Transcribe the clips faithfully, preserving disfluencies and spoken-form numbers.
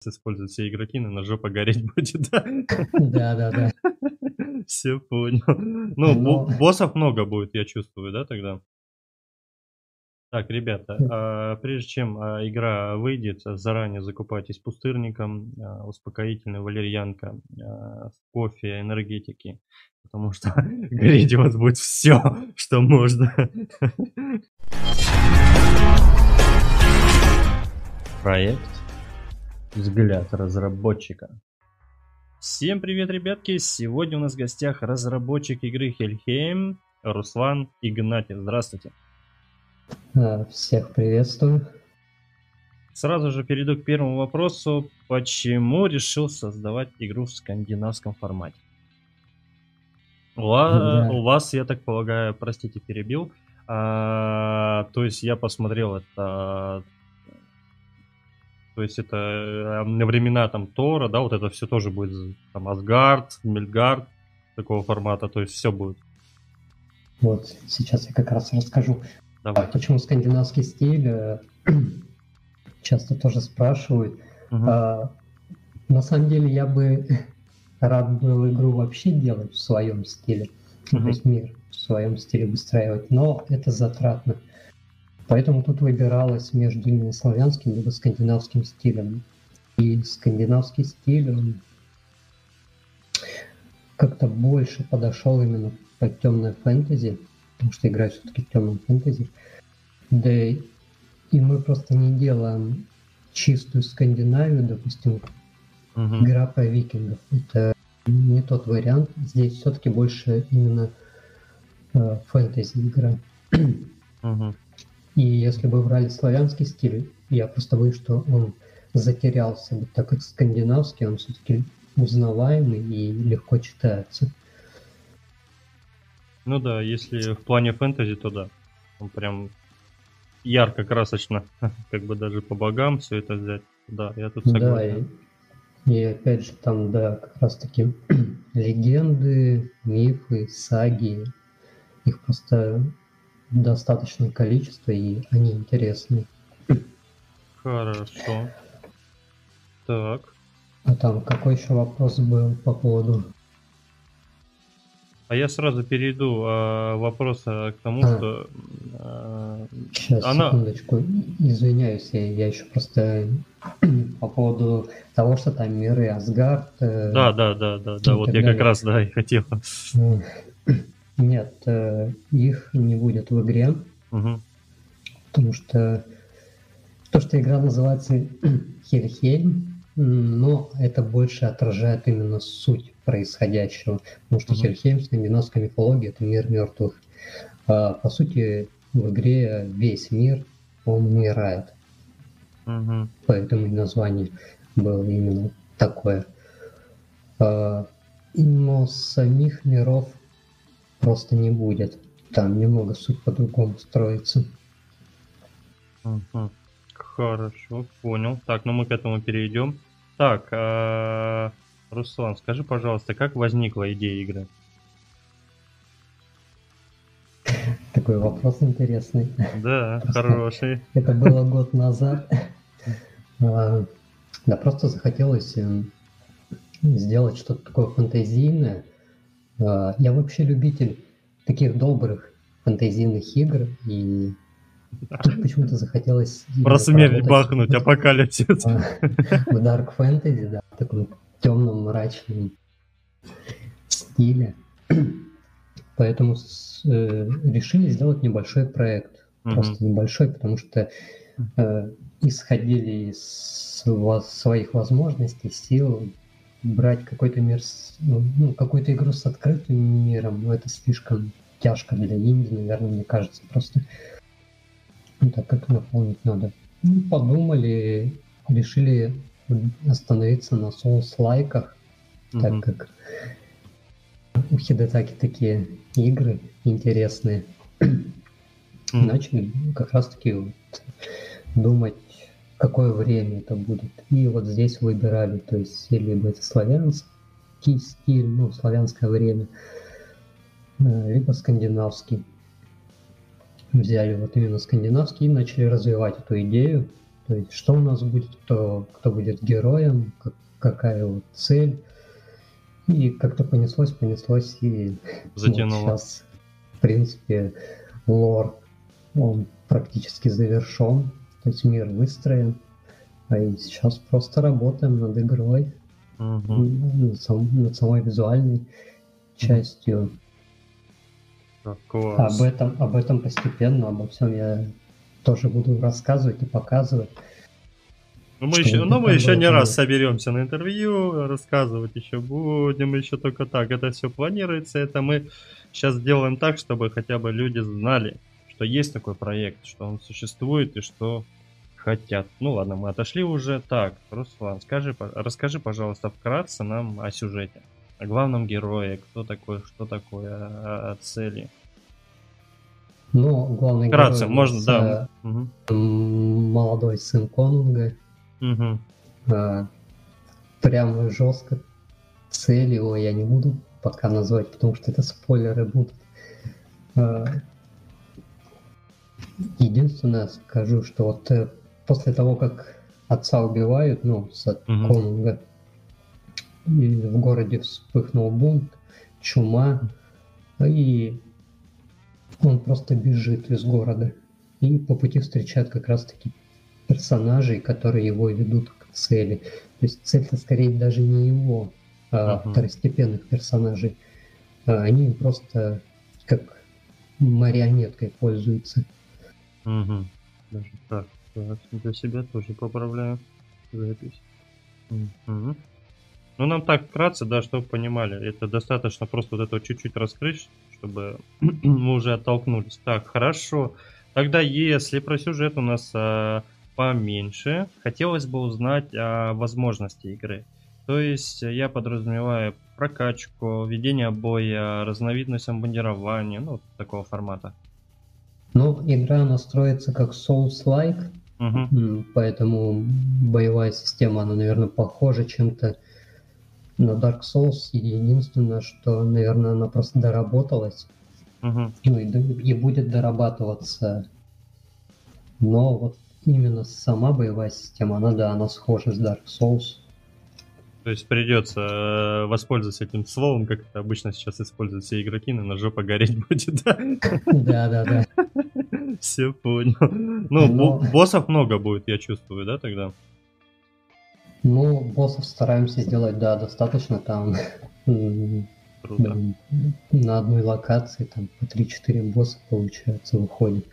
используют все игроки, наверно, жопа гореть будет, да? Да-да-да. Всё понял. Ну, бо Но боссов много будет, я чувствую, да, тогда? Так, ребята, а, прежде чем, а, игра выйдет, заранее закупайтесь пустырником, а, успокоительной, валерьянка, а, кофе, энергетики, потому что гореть у вас будет всё, что можно. Проект "Взгляд разработчика". Всем привет, ребятки! Сегодня у нас в гостях разработчик игры Helheim Руслан Игнатьев. Здравствуйте! А, всех приветствую. Сразу же перейду к первому вопросу. Почему решил создавать игру в скандинавском формате? У ва Да. у вас, я так полагаю, простите, перебил, а, то есть я посмотрел это то есть это, э, на времена там Тора, да, вот это всё тоже будет з там Асгард, Мидгард такого формата, то есть всё будет. Вот сейчас я как раз расскажу, Давайте. почему скандинавский стиль, э, часто тоже спрашивают. Мгм. А, на самом деле я бы рад был игру вообще делать в своем стиле, ну, то Мгм. есть мир в своем стиле выстраивать, но это затратно. Поэтому тут выбиралось между именно славянским либо скандинавским стилем. И скандинавский стиль, он как-то больше подошел именно под тёмное фэнтези, потому что игра всё-таки в тёмном фэнтези. Да и мы просто не делаем чистую Скандинавию, допустим, Мгм. игра про викингов. Это не тот вариант. Здесь всё-таки больше именно, э, фэнтези игра. Мгм. И если бы брали славянский стиль, я просто боюсь, что он затерялся бы, так как скандинавский, он всё-таки узнаваемый и легко читается. Ну да, если в плане фэнтези, то да. Он прям ярко, красочно, как бы даже по богам всё это взять. Да, я тут Да, согласен. и и опять же там, да, как раз таки легенды, мифы, саги, их просто достаточное количество, и они интересны. Хорошо. Так. А там какой ещё вопрос был по поводу? А я сразу перейду, а, вопрос, а, к тому, А. что, м, а, Щас, она секундочку. И извиняюсь, я я ещё просто по поводу того, что там миры Асгард, э, Да да да да да, и вот так я как далее. раз, да, и хотел. М, нет, э, их не будет в игре. Мгм. Потому что то, что игра называется Хельхейм, м, но это больше отражает именно суть происходящего. Потому что Мгм. Хельхейм в скандинавской мифологии- это мир мёртвых. А, по сути, в игре весь мир, он умирает. Мгм. Поэтому и название было именно такое. А, но самих миров просто не будет. Там немного суть по-другому строится. Мгм. Хорошо, понял. Так, ну мы к этому перейдем. Так, а, Руслан, скажи, пожалуйста, как возникла идея игры? Такой вопрос интересный. Да, Просто хороший. это было год назад. А, да просто захотелось, эм, сделать что-то такое фэнтезийное. А, я вообще любитель таких добрых фэнтезийных игр, и тут почему-то захотелось Про именно смерть поработать бахнуть, вот, апокалипсис. а, в дарк фэнтези, да, в таком тёмном, мрачном стиле. Поэтому с э, решили сделать небольшой проект. Мгм. Просто небольшой, потому что, э, исходили из сво своих возможностей, сил. Брать какой-то мир с ну ну, какую-то игру с открытым миром, ну, это слишком тяжко для инди, наверно, мне кажется просто. Ну, так как наполнить надо. Ну, подумали, решили, м, остановиться на соус-лайках, так Мгм. как у Хидетаки такие игры интересные. М. Начали, ну, как раз таки вот думать, в какое время это будет. И вот здесь выбирали, то есть либо это славянский стиль, ну, славянское время, э, либо скандинавский. Взяли вот именно скандинавский и начали развивать эту идею. То есть что у нас будет, кто, кто будет героем, как, какая вот цель. И как-то понеслось, понеслось, и вот Затянуло. сейчас, в принципе, лор, он практически завершен, то есть мир выстроен, а и сейчас просто работаем над игрой, Угу. над, сам, над самой визуальной частью. Так, класс. Об этом, об этом постепенно, обо всем я тоже буду рассказывать и показывать. Ну, мы еще, ну, мы еще не раз соберемся на интервью, рассказывать еще будем, еще только так. Это все планируется, это мы сейчас делаем так, чтобы хотя бы люди знали, что есть такой проект, что он существует и что хотят. Ну ладно, мы отошли уже. Так, Руслан, скажи, расскажи, пожалуйста, вкратце нам о сюжете, о главном герое, кто такой, что такое, о, о цели. Ну, главный вкратце, герой можно, да. Угу. Молодой сын Конунга. Угу. А, прямо жестко. Цель его я не буду пока назвать, потому что это спойлеры будут. А, единственное скажу, что вот после того, как отца убивают, ну, с угу. Конунга, и в городе вспыхнул бунт, чума, и он просто бежит из города. И по пути встречает как раз-таки персонажей, которые его ведут к цели. То есть цель-то скорее даже не его, а uh-huh. второстепенных персонажей. А они просто как марионеткой пользуются. Угу. Даже так. Для себя тоже поправляю запись. Угу. Ну, нам так вкратце, да, чтобы понимали. Это достаточно просто вот это чуть-чуть раскрыть, чтобы мы уже оттолкнулись. Так, хорошо. Тогда, если про сюжет у нас а, поменьше, хотелось бы узнать о возможности игры. То есть я подразумеваю прокачку, ведение боя, разновидность обмундирования, ну, такого формата. Ну, игра настроится как Souls-like, угу. поэтому боевая система, она, наверное, похожа чем-то на Dark Souls. Единственное, что, наверное, она просто доработалась. Угу. Ну, и, и будет дорабатываться. Но вот именно сама боевая система, она, да, она схожа с Dark Souls. То есть придется воспользоваться этим словом, как это обычно сейчас используют все игроки, на жопа гореть будет, да? Да, да, да. Все понял. Ну, Но... боссов много будет, я чувствую, да, тогда? Ну, боссов стараемся сделать, да, достаточно там. Круто. На одной локации там по три-четыре босса, получается, выходит.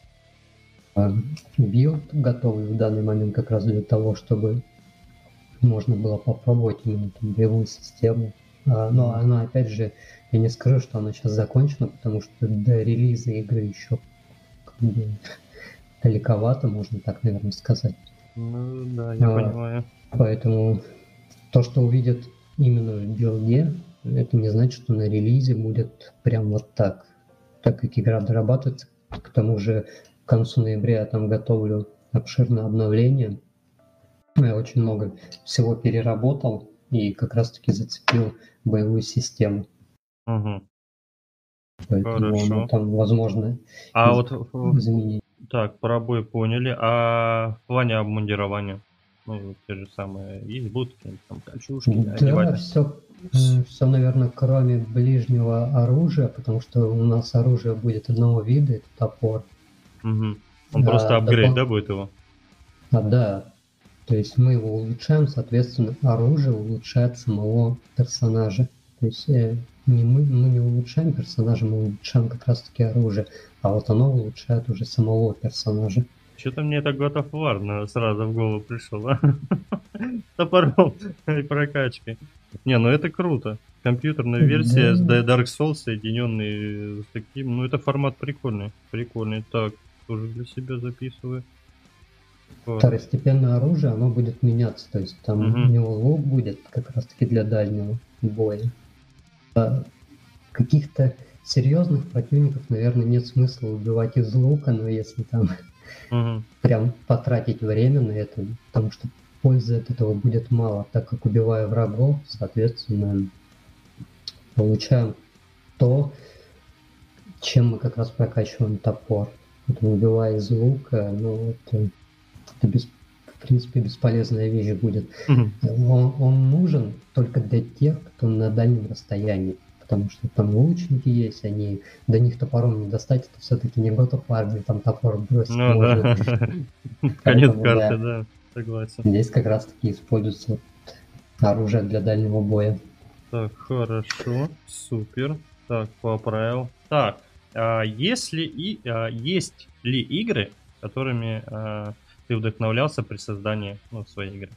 Билд готовый в данный момент как раз для того, чтобы можно было попробовать именно там боевую систему. А, но она, опять же, я не скажу, что она сейчас закончена, потому что до релиза игры еще как бы далековато, можно так, наверное, сказать. Ну да, я а, понимаю. Поэтому то, что увидят именно в билде, это не значит, что на релизе будет прям вот так. Так как игра дорабатывается, к тому же к концу ноября я там готовлю обширное обновление. Я очень много всего переработал и как раз-таки зацепил боевую систему. Угу. Поэтому Хорошо. там возможно а из... вот изменить. Так, про бой поняли. А в плане обмундирования? Ну, те же самые есть будки, там, кольчужки, да, одевать. все, все, наверное, кроме ближнего оружия, потому что у нас оружие будет одного вида, это топор. Угу. Он а, просто апгрейд, допол... да, будет его? А, да. То есть мы его улучшаем, соответственно, оружие улучшает самого персонажа. То есть э, не мы, мы не улучшаем персонажа, мы улучшаем как раз-таки оружие, а вот оно улучшает уже самого персонажа. Что-то мне это God of War сразу в голову пришел, а? Топором и прокачкой. Не, ну это круто. Компьютерная версия с Dark Souls, соединенный с таким. Ну это формат прикольный. Прикольный. Так, тоже для себя записываю. Второстепенное оружие, оно будет меняться. То есть там угу. у него лук будет как раз-таки для дальнего боя. А каких-то серьезных противников, наверное, нет смысла убивать из лука, но если там угу. прям потратить время на это, потому что пользы от этого будет мало, так как убивая врагов, соответственно, получаем то, чем мы как раз прокачиваем топор. Вот убивая из лука, ну это, это без, в принципе, бесполезная вещь будет. Мгм. Он, он нужен только для тех, кто на дальнем расстоянии. Потому что там лучники есть, они до них топором не достать, это все-таки не God of War, где там топор бросить Ну можно. да. Конец Поэтому, карты, да, да, согласен. здесь как раз-таки используется вот оружие для дальнего боя. Так, хорошо, супер. Так, поправил. Так, а есть ли и а, есть ли игры, которыми а, ты вдохновлялся при создании, ну, своей игры?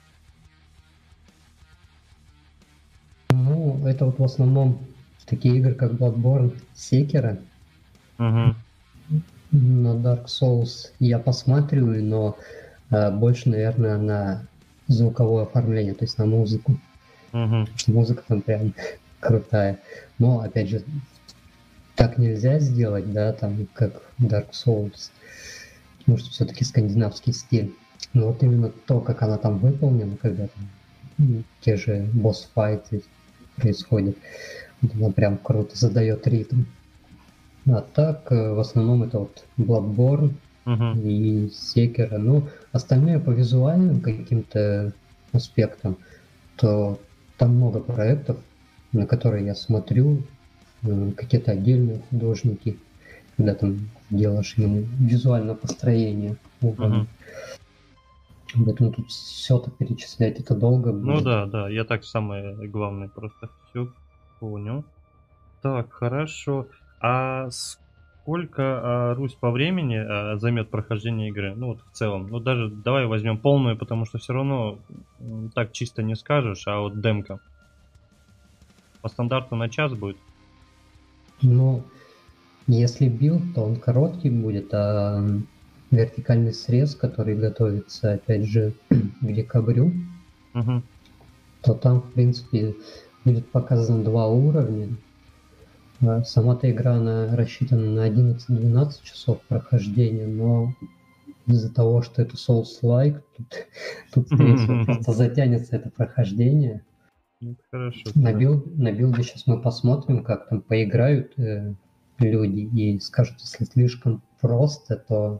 Ну, это вот в основном такие игры, как Bloodborne, Sekiro. Угу. На Dark Souls я посматриваю, но э, больше, наверное, на звуковое оформление, то есть на музыку. Угу. Потому что музыка там прям крутая. Но, опять же, так нельзя сделать, да, там, как Dark Souls, потому что все-таки скандинавский стиль. Но вот именно то, как она там выполнена, когда там м, те же босс-файты происходят, вот она прям круто задает ритм. А так, э, в основном это вот Bloodborne Угу. и Sekiro. Ну, остальные по визуальным каким-то аспектам, то там много проектов, на которые я смотрю, э, какие-то отдельные художники, когда там делаешь именно визуальное построение уровня. Угу. Поэтому тут все так перечислять, это долго Ну будет. да, да, я так самое главное просто все понял. Так, хорошо. А сколько, а, Русь, по времени а, займет прохождение игры? Ну вот в целом. Ну даже давай возьмем полную, потому что все равно м, так чисто не скажешь, а вот демка. По стандарту на час будет. Но если билд, то он короткий будет, а м, вертикальный срез, который готовится, опять же, к декабрю, Угу. то там, в принципе, будет показано два уровня. А Сама-то игра, она рассчитана на одиннадцать-двенадцать часов прохождения, но из-за того, что это Souls-like, тут, тут, скорее всего, просто затянется это прохождение. Ну, хорошо. На, тогда. билд, на билде сейчас мы посмотрим, как там поиграют э, люди, и скажут, если слишком просто, то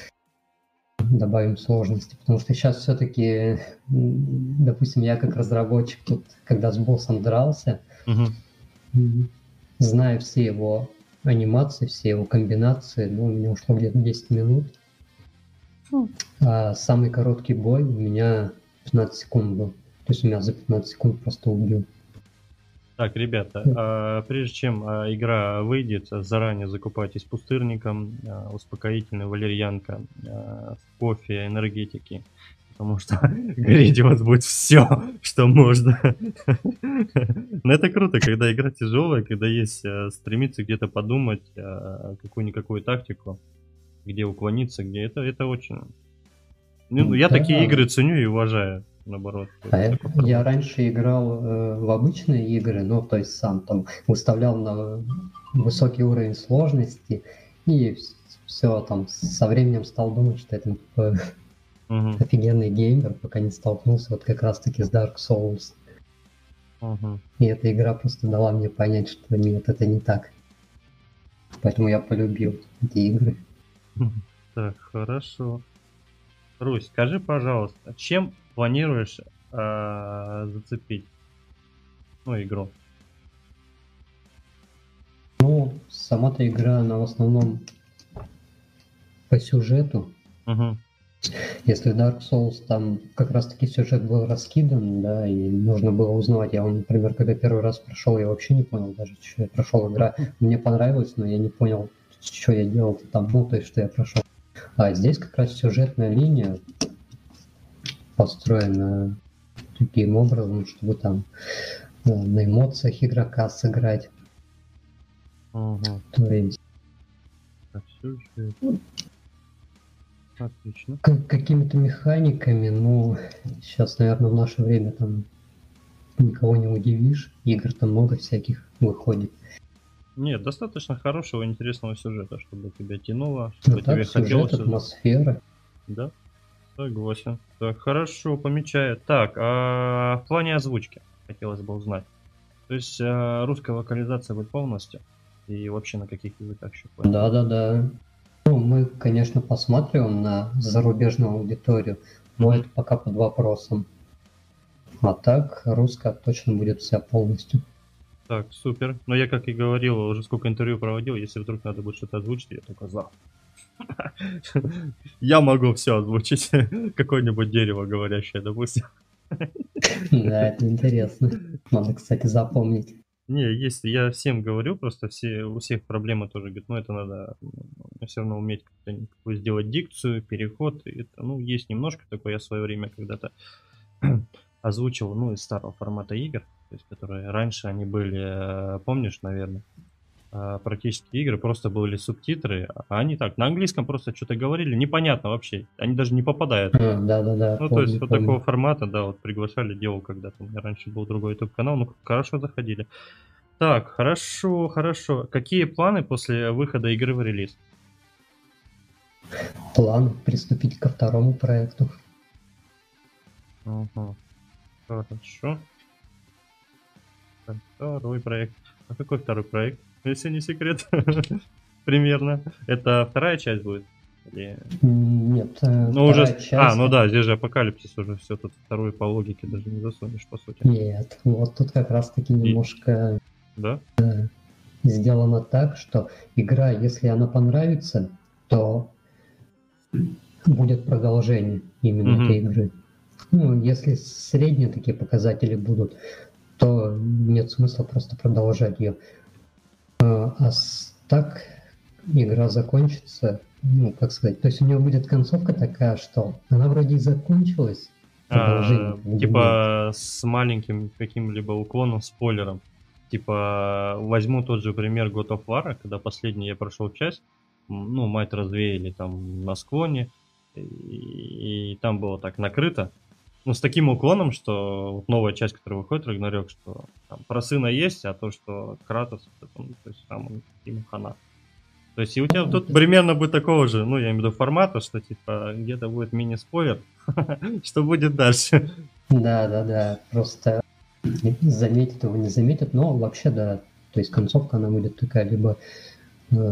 добавим сложности. Потому что сейчас все-таки, допустим, я как разработчик, тут, когда с боссом дрался, Угу. м, знаю все его анимации, все его комбинации, ну, у меня ушло где-то десять минут. А самый короткий бой у меня пятнадцать секунд был. То есть у меня за пятнадцать секунд просто убил. Так, ребята, а, прежде чем а, игра выйдет, заранее закупайтесь пустырником, а, успокоительный, валерьянка, а, кофе, энергетики, потому что гореть у вас будет все, что можно. Но это круто, когда игра тяжелая, когда есть а, стремиться где-то подумать а, какую-никакую тактику, где уклониться, где это, это очень... Ну, я Да. такие игры ценю и уважаю, наоборот. А я, такой формат. я раньше играл э, в обычные игры, ну, то есть сам там выставлял на высокий уровень сложности, и все там со временем стал думать, что это типа, Мгм. офигенный геймер, пока не столкнулся вот как раз-таки с Dark Souls. Мгм. И эта игра просто дала мне понять, что нет, это не так. Поэтому я полюбил эти игры. Так, хорошо. Русь, скажи, пожалуйста, чем планируешь а, зацепить, ну, игру? Ну, сама-то игра, она в основном по сюжету. Мгм. Если Dark Souls, там как раз-таки сюжет был раскидан, да, и нужно было узнавать. Я, вот, например, когда первый раз прошел, я вообще не понял даже, что я прошел. Игра мне понравилась, но я не понял, что я делал там, ну, то есть, что я прошел. А здесь как раз сюжетная линия построена таким образом, чтобы там э, на эмоциях игрока сыграть. Мгм. То есть Так, сюжет. Отлично. к- какими-то механиками, ну, сейчас, наверное, в наше время там никого не удивишь. Игр там много всяких выходит. Нет, достаточно хорошего, интересного сюжета, чтобы тебя тянуло, Ну чтобы тебе так, сюжет, хотелось... атмосфера. Да, согласен. Так, хорошо, помечаю. Так, а в плане озвучки хотелось бы узнать. То есть а, русская локализация будет полностью? И вообще на каких языках еще планируете? Да-да-да. Ну, мы, конечно, посматриваем на зарубежную аудиторию, но Мгм. это пока под вопросом. А так, русская точно будет вся полностью. Так, супер. Но я, как и говорил, уже сколько интервью проводил, если вдруг надо будет что-то озвучить, я только за. Я могу все озвучить. Какое-нибудь дерево говорящее, допустим. Да, это интересно. Надо, кстати, запомнить. Не, есть, я всем говорю, просто все, у всех проблемы тоже, говорят, ну это надо все равно уметь как-то никакую сделать дикцию, переход, и это, ну, есть немножко такое, я в свое время когда-то озвучил, ну, из старого формата игр, то есть, которые раньше они были, э, помнишь, наверное, э, практически игры, просто были субтитры, а они так, на английском просто что-то говорили, непонятно вообще, они даже не попадают. А, да-да-да, Ну, то есть помню, вот такого помню. формата, да, вот приглашали, делал когда-то. У меня раньше был другой YouTube канал, ну, хорошо заходили. Так, хорошо, хорошо. Какие планы после выхода игры в релиз? План приступить ко второму проекту. Ага, хорошо. Так, второй проект. А какой второй проект? Если не секрет. Примерно. Это вторая часть будет? Или... М, Нет, э, Ну, уже... вторая А, часть. ну да, здесь же апокалипсис уже все, тут вторую по логике даже не засунешь, по сути. Нет, вот тут как раз-таки И... немножко Да? сделано так, что игра, если она понравится, то будет продолжение именно Угу. этой игры. Ну, если средние такие показатели будут, то нет смысла просто продолжать ее. А, а с- так игра закончится, ну, как сказать, то есть у нее будет концовка такая, что она вроде и закончилась, продолжение А, как бы нет. типа с маленьким каким-либо уклоном, спойлером. Типа возьму тот же пример God of War, когда последний я прошел часть, м, ну, мать развеяли там на склоне, и, и там было так накрыто. Ну, с таким уклоном, что вот новая часть, которая выходит, Рагнарёк, что там про сына есть, а то, что Кратос, это, ну, то есть там он ему хана. То есть и у тебя Ну, тут это- примерно будет такого же, ну, я имею в виду формата, что типа где-то будет мини-спойлер, что будет дальше. Да, да, да, просто заметит его, не заметит, но вообще да, то есть концовка она будет такая, либо э,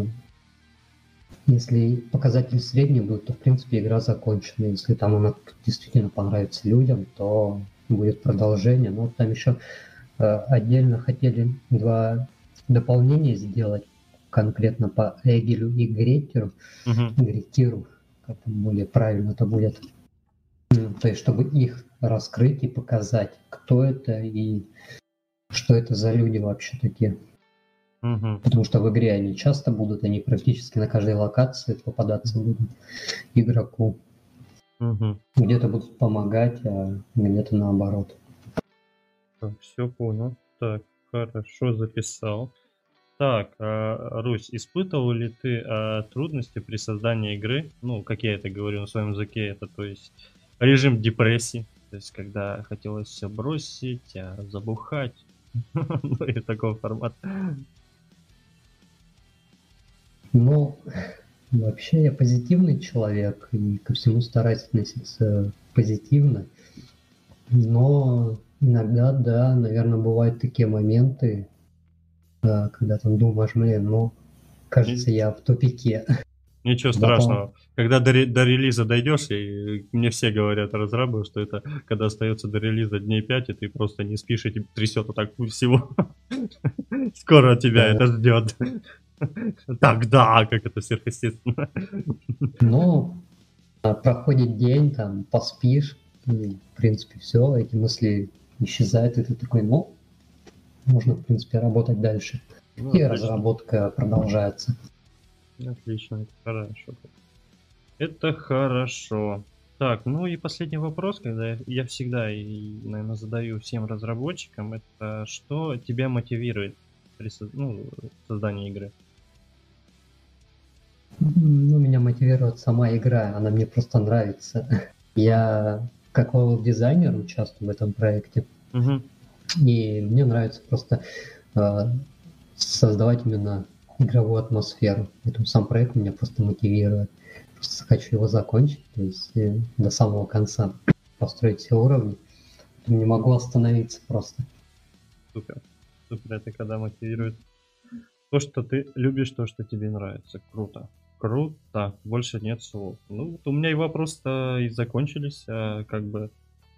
если показатель средний будет, то в принципе игра закончена. Если там она действительно понравится людям, то будет продолжение. Но там еще э, отдельно хотели два дополнения сделать, конкретно по Эгелю и Греттеру, Мгм. Гретиру, как там более правильно это будет. М, То есть, чтобы их раскрыть и показать, кто это и что это за люди вообще такие. Мгм. Потому что в игре они часто будут, они практически на каждой локации попадаться будут игроку. Мгм. Где-то будут помогать, а где-то наоборот. Так, все понял. Так, хорошо записал. Так, а, Русь, испытывал ли ты а, трудности при создании игры? Ну, как я это говорю на своем языке, это то есть режим депрессии. То есть, когда хотелось все бросить, а, забухать. Ну, и такой формат. Но вообще я позитивный человек и ко всему стараюсь относиться позитивно. Но иногда, да, наверное, бывают такие моменты, а, когда там думаешь, блин, ну, кажется, Ни- я в тупике. Ничего Потом, страшного. Когда до, ре- до релиза дойдешь, и мне все говорят, разрабы, что это когда остается до релиза дней пять, и ты просто не спишь, и тебя трясет вот так всего. Скоро тебя да, это ждет. Тогда, как это сверхъестественно. но а, проходит день, там, поспишь, и, в принципе, все, эти мысли исчезают, и ты такой, ну, можно, в принципе, работать дальше. Ну, И отлично. разработка продолжается. Отлично, это хорошо. Это хорошо. Так, ну и последний вопрос, когда я, я всегда, и, наверное, задаю всем разработчикам, это что тебя мотивирует при со- ну, создании игры? Ну, меня мотивирует сама игра, она мне просто нравится. Я как левел-дизайнер участвую в этом проекте, Мгм. и мне нравится просто э, создавать именно игровую атмосферу. Поэтому сам проект меня просто мотивирует. Просто хочу его закончить, то есть э, до самого конца построить все уровни. Не могу остановиться просто. Супер. Супер, это когда мотивирует. То, что ты любишь, то, что тебе нравится. Круто. Круто, больше нет слов. Ну, вот у меня и вопросы-то и закончились, а, как бы.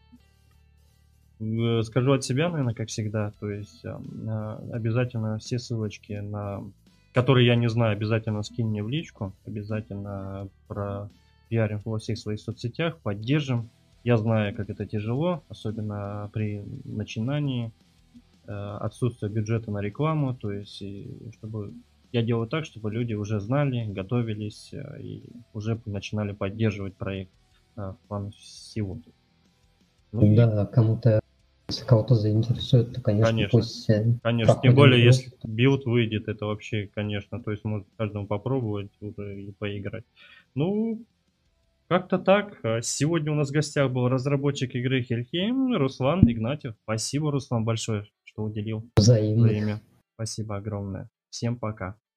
Э, Скажу от себя, наверное, как всегда, то есть ам, а, обязательно все ссылочки, на которые я не знаю, обязательно скинь мне в личку, обязательно про пиарим во всех своих соцсетях, поддержим. Я знаю, как это тяжело, особенно при начинании, э, отсутствие бюджета на рекламу, то есть и чтобы я делаю так, чтобы люди уже знали, готовились э, и уже начинали поддерживать проект а, в плане всего. Ну и Да, кому-то, если кого-то заинтересует, то, конечно, конечно, пусть э, конечно, тем проходит более, если группу. билд выйдет, это вообще, конечно, то есть можно каждому попробовать уже и поиграть. Ну, как-то так. А Сегодня у нас в гостях был разработчик игры Хельхейм, Руслан Игнатьев. Спасибо, Руслан, большое, что уделил Взаимно. время. Спасибо огромное. Всем пока.